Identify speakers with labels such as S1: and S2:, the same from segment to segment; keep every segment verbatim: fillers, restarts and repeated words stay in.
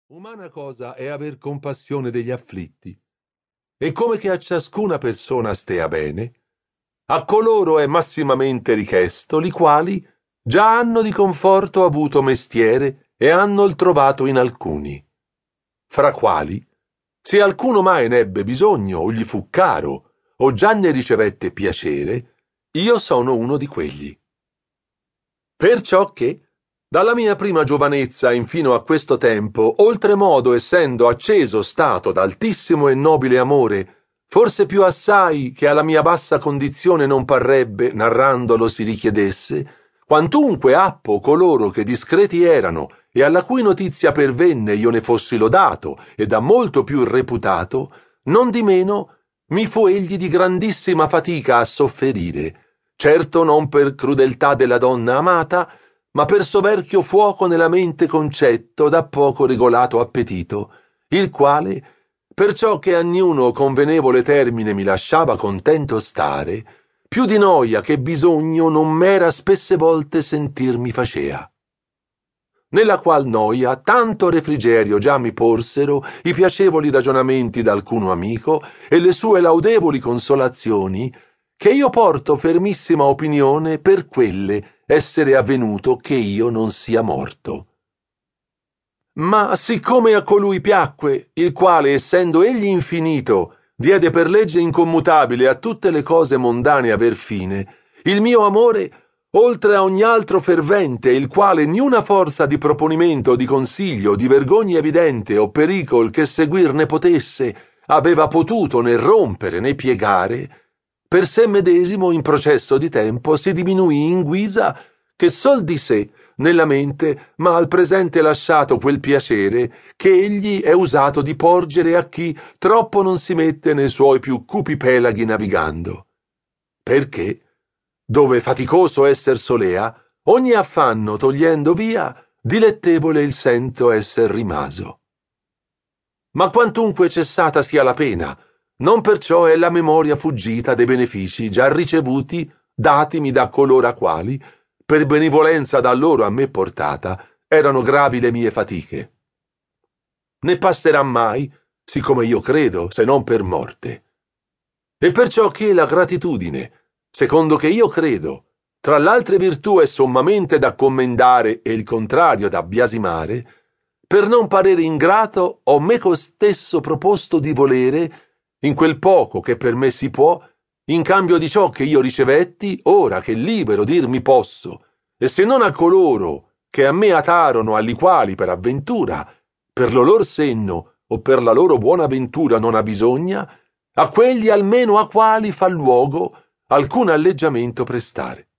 S1: Umana cosa è aver compassione degli afflitti, e come che a ciascuna persona stea bene, a coloro è massimamente richiesto, li quali già hanno di conforto avuto mestiere e hanno il trovato in alcuni, fra quali, se alcuno mai n'ebbe bisogno o gli fu caro, o già ne ricevette piacere, io sono uno di quelli. Perciò che, dalla mia prima giovanezza infino a questo tempo, oltremodo essendo acceso stato d'altissimo e nobile amore, forse più assai che alla mia bassa condizione non parrebbe, narrandolo si richiedesse, quantunque appo coloro che discreti erano e alla cui notizia pervenne io ne fossi lodato e da molto più reputato, non di meno mi fu egli di grandissima fatica a sofferire, certo non per crudeltà della donna amata, ma per soverchio fuoco nella mente concetto da poco regolato appetito, il quale, perciò che a niuno convenevole termine mi lasciava contento stare, più di noia che bisogno non m'era spesse volte sentir mi facea. Nella qual noia tanto refrigerio già mi porsero i piacevoli ragionamenti d'alcuno amico e le sue laudevoli consolazioni, che io porto fermissima opinione per quelle essere avvenuto che io non sia morto. Ma siccome a colui piacque, il quale, essendo egli infinito, diede per legge incommutabile a tutte le cose mondane aver fine, il mio amore, oltre a ogni altro fervente, il quale niuna forza di proponimento, di consiglio, di vergogna evidente o pericol che seguir ne potesse, aveva potuto né rompere né piegare, per sé medesimo in processo di tempo si diminuì in guisa che sol di sé nella mente m'ha al presente lasciato quel piacere che egli è usato di porgere a chi troppo non si mette nei suoi più cupi pelaghi navigando. Perché, dove faticoso esser solea, ogni affanno togliendo via, dilettevole il sento esser rimaso. Ma quantunque cessata sia la pena, non perciò è la memoria fuggita dei benefici già ricevuti, datimi da coloro a quali, per benevolenza da loro a me portata, erano gravi le mie fatiche. Ne passerà mai, siccome io credo, se non per morte. E perciò che la gratitudine, secondo che io credo, tra l'altre virtù è sommamente da commendare e il contrario da biasimare, per non parere ingrato ho meco stesso proposto di volere, in quel poco che per me si può, in cambio di ciò che io ricevetti, ora che libero dirmi posso, e se non a coloro che a me atarono alli quali per avventura, per lo lor senno o per la loro buona ventura non ha bisogna, a quelli almeno a quali fa luogo alcun alleggiamento prestare.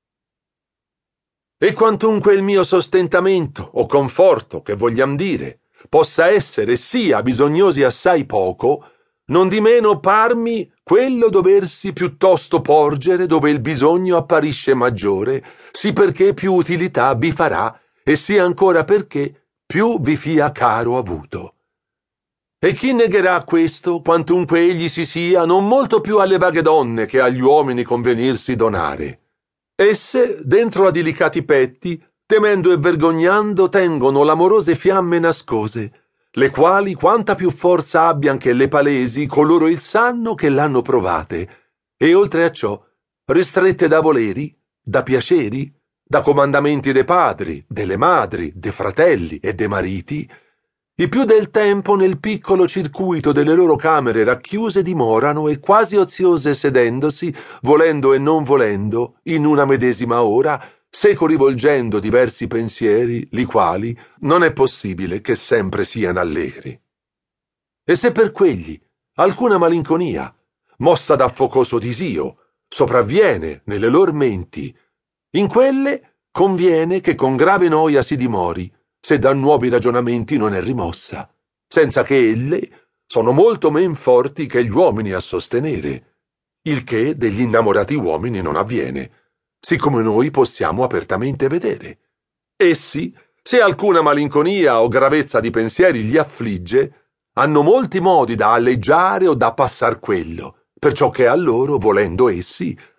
S1: E quantunque il mio sostentamento o conforto, che vogliam dire, possa essere sia bisognosi assai poco, non di meno parmi quello doversi piuttosto porgere dove il bisogno apparisce maggiore, sì perché più utilità vi farà, e sia ancora perché più vi fia caro avuto. E chi negherà questo, quantunque egli si sia, non molto più alle vaghe donne che agli uomini convenirsi donare? Esse, dentro a delicati petti, temendo e vergognando, tengono l'amorose fiamme nascose, le quali quanta più forza abbian che le palesi coloro il sanno che l'hanno provate, e oltre a ciò, ristrette da voleri, da piaceri, da comandamenti dei padri, delle madri, dei fratelli e dei mariti, i più del tempo nel piccolo circuito delle loro camere racchiuse dimorano e quasi oziose sedendosi, volendo e non volendo, in una medesima ora, seco rivolgendo diversi pensieri, li quali non è possibile che sempre siano allegri. E se per quegli alcuna malinconia, mossa da focoso disio, sopravviene nelle lor menti, in quelle conviene che con grave noia si dimori, se da nuovi ragionamenti non è rimossa, senza che elle sono molto men forti che gli uomini a sostenere, il che degli innamorati uomini non avviene, siccome noi possiamo apertamente vedere. Essi, se alcuna malinconia o gravezza di pensieri li affligge, hanno molti modi da alleggiare o da passar quello, perciò che a loro, volendo essi,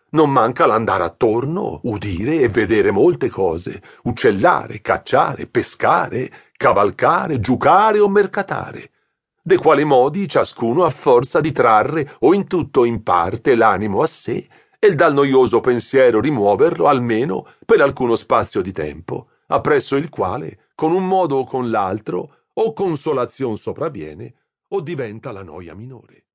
S1: non manca l'andare attorno, udire e vedere molte cose, uccellare, cacciare, pescare, cavalcare, giucare o mercatare, de quali modi ciascuno ha forza di trarre o in tutto o in parte l'animo a sé e dal noioso pensiero rimuoverlo almeno per alcuno spazio di tempo, appresso il quale, con un modo o con l'altro, o consolazion sopravviene o diventa la noia minore.